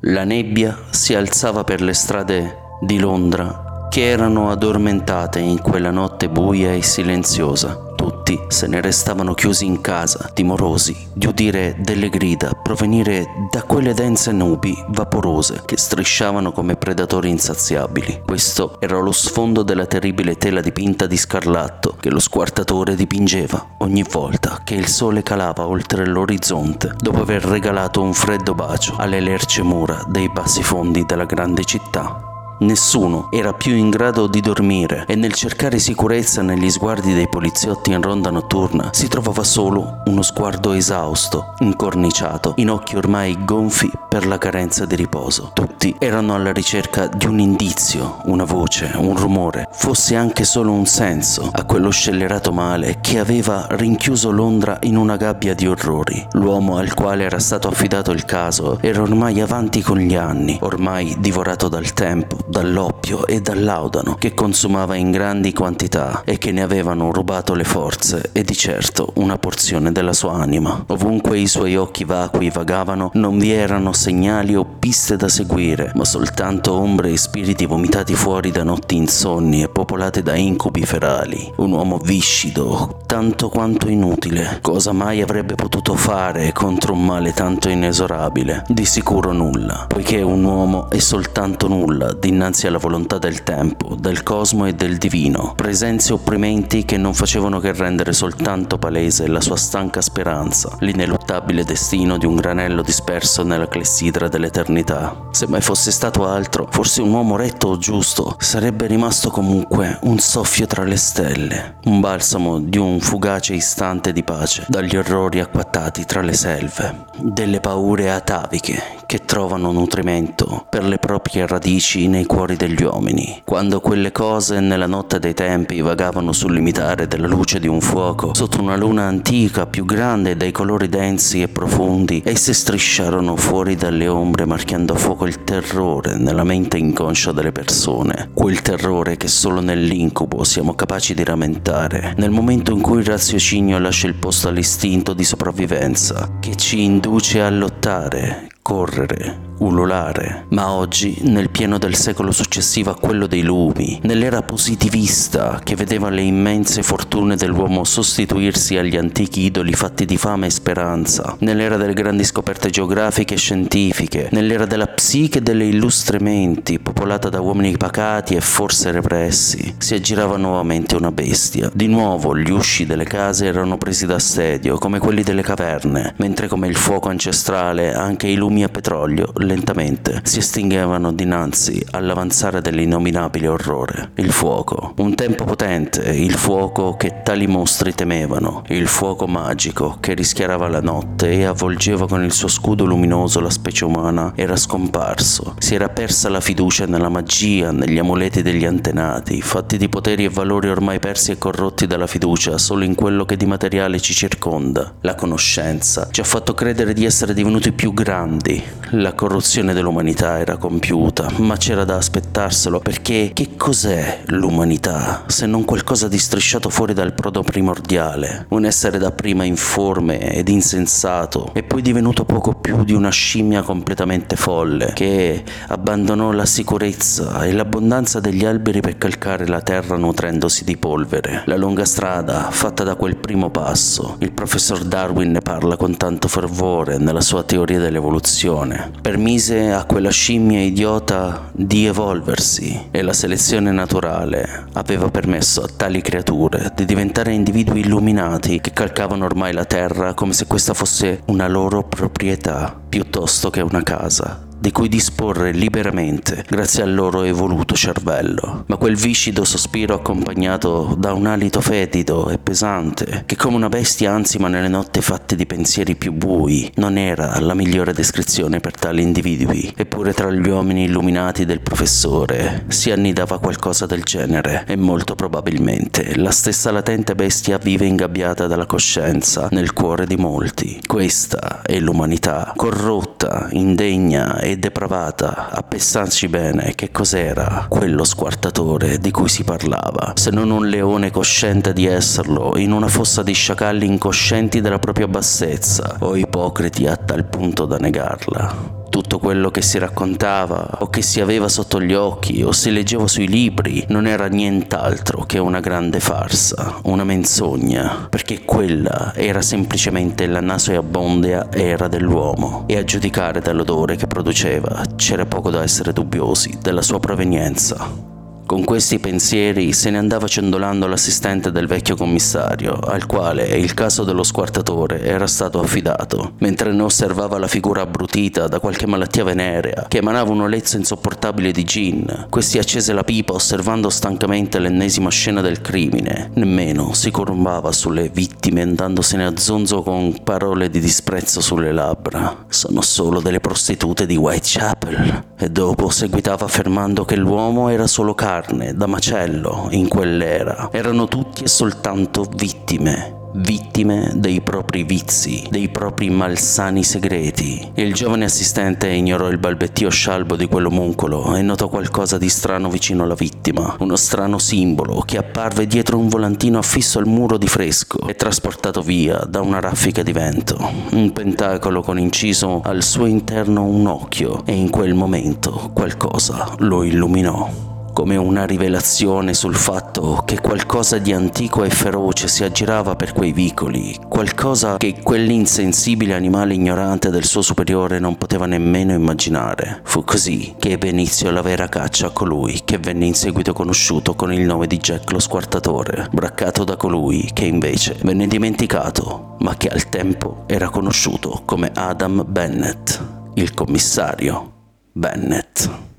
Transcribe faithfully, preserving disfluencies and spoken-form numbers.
La nebbia si alzava per le strade di Londra, che erano addormentate in quella notte buia e silenziosa. Tutti se ne restavano chiusi in casa, timorosi di udire delle grida provenire da quelle dense nubi vaporose che strisciavano come predatori insaziabili. Questo era lo sfondo della terribile tela dipinta di scarlatto che lo squartatore dipingeva ogni volta che il sole calava oltre l'orizzonte, dopo aver regalato un freddo bacio alle lerce mura dei bassi fondi della grande città. Nessuno era più in grado di dormire e nel cercare sicurezza negli sguardi dei poliziotti in ronda notturna si trovava solo uno sguardo esausto, incorniciato, in occhi ormai gonfi per la carenza di riposo. Tutti erano alla ricerca di un indizio, una voce, un rumore, fosse anche solo un senso a quello scellerato male che aveva rinchiuso Londra in una gabbia di orrori. L'uomo al quale era stato affidato il caso era ormai avanti con gli anni, ormai divorato dal tempo, dall'oppio e dall'audano che consumava in grandi quantità e che ne avevano rubato le forze e di certo una porzione della sua anima. Ovunque i suoi occhi vacui vagavano non vi erano segnali o piste da seguire, ma soltanto ombre e spiriti vomitati fuori da notti insonni e popolate da incubi ferali. Un uomo viscido, tanto quanto inutile. Cosa mai avrebbe potuto fare contro un male tanto inesorabile? Di sicuro nulla, poiché un uomo è soltanto nulla dinanzi alla volontà del tempo, del cosmo e del divino, presenze opprimenti che non facevano che rendere soltanto palese la sua stanca speranza, l'ineluttabile destino di un granello disperso nella clessidra dell'eternità. Se mai fosse stato altro, forse un uomo retto o giusto, sarebbe rimasto comunque un soffio tra le stelle, un balsamo di un fugace istante di pace dagli orrori acquattati tra le selve, delle paure ataviche che trovano nutrimento per le proprie radici nei cuori degli uomini. Quando quelle cose nella notte dei tempi vagavano sul limitare della luce di un fuoco sotto una luna antica più grande e dai colori densi e profondi, esse strisciarono fuori dalle ombre marchiando a fuoco il terrore nella mente inconscia delle persone, quel terrore che solo nell'incubo siamo capaci di rammentare, nel momento in cui il raziocinio lascia il posto all'istinto di sopravvivenza che ci induce a lottare, correre, ululare. Ma oggi, nel pieno del secolo successivo a quello dei lumi, nell'era positivista che vedeva le immense fortune dell'uomo sostituirsi agli antichi idoli fatti di fame e speranza, nell'era delle grandi scoperte geografiche e scientifiche, nell'era della psiche e delle illustre menti, popolata da uomini pacati e forse repressi, si aggirava nuovamente una bestia. Di nuovo gli usci delle case erano presi d'assedio, come quelli delle caverne, mentre come il fuoco ancestrale anche i lumi a petrolio lentamente si estinguevano dinanzi all'avanzare dell'innominabile orrore. Il fuoco, un tempo potente, il fuoco che tali mostri temevano, il fuoco magico che rischiarava la notte e avvolgeva con il suo scudo luminoso la specie umana, era scomparso. Si era persa la fiducia nella magia, negli amuleti degli antenati, fatti di poteri e valori ormai persi e corrotti dalla fiducia solo in quello che di materiale ci circonda. La conoscenza ci ha fatto credere di essere divenuti più grandi. La corruzione dell'umanità era compiuta, ma c'era da aspettarselo, perché che cos'è l'umanità se non qualcosa di strisciato fuori dal prodo primordiale? Un essere dapprima informe ed insensato e poi divenuto poco più di una scimmia completamente folle che abbandonò la sicurezza e l'abbondanza degli alberi per calcare la terra nutrendosi di polvere. La lunga strada fatta da quel primo passo, il professor Darwin ne parla con tanto fervore nella sua teoria dell'evoluzione, permise a quella scimmia idiota di evolversi e la selezione naturale aveva permesso a tali creature di diventare individui illuminati che calcavano ormai la terra come se questa fosse una loro proprietà piuttosto che una casa di cui disporre liberamente grazie al loro evoluto cervello. Ma quel viscido sospiro accompagnato da un alito fetido e pesante che come una bestia ansima nelle notti fatte di pensieri più bui non era la migliore descrizione per tali individui. Eppure tra gli uomini illuminati del professore si annidava qualcosa del genere e molto probabilmente la stessa latente bestia vive ingabbiata dalla coscienza nel cuore di molti. Questa è l'umanità corrotta, indegna e depravata. A pensarci bene, che cos'era quello squartatore di cui si parlava, se non un leone cosciente di esserlo in una fossa di sciacalli incoscienti della propria bassezza o ipocriti a tal punto da negarla? tutto quello che si raccontava o che si aveva sotto gli occhi o si leggeva sui libri non era nient'altro che una grande farsa, una menzogna, perché quella era semplicemente la nauseabonda era dell'uomo e a giudicare dall'odore che produceva c'era poco da essere dubbiosi della sua provenienza. Con questi pensieri se ne andava ciondolando l'assistente del vecchio commissario, al quale il caso dello squartatore era stato affidato, mentre ne osservava la figura abbrutita da qualche malattia venerea, che emanava un olezzo insopportabile di gin. Questi accese la pipa osservando stancamente l'ennesima scena del crimine. Nemmeno si curvava sulle vittime andandosene a zonzo con parole di disprezzo sulle labbra. Sono solo delle prostitute di Whitechapel. E dopo seguitava affermando che l'uomo era solo carne da macello in quell'era. Erano tutti e soltanto vittime. Vittime dei propri vizi, dei propri malsani segreti. Il giovane assistente ignorò il balbettio scialbo di quell'omuncolo e notò qualcosa di strano vicino alla vittima. Uno strano simbolo che apparve dietro un volantino affisso al muro di fresco e trasportato via da una raffica di vento. Un pentacolo con inciso al suo interno un occhio, e in quel momento qualcosa lo illuminò. Come una rivelazione sul fatto che qualcosa di antico e feroce si aggirava per quei vicoli, qualcosa che quell'insensibile animale ignorante del suo superiore non poteva nemmeno immaginare. Fu così che ebbe inizio la vera caccia a colui che venne in seguito conosciuto con il nome di Jack lo Squartatore, braccato da colui che invece venne dimenticato, ma che al tempo era conosciuto come Adam Bennett, il commissario Bennett.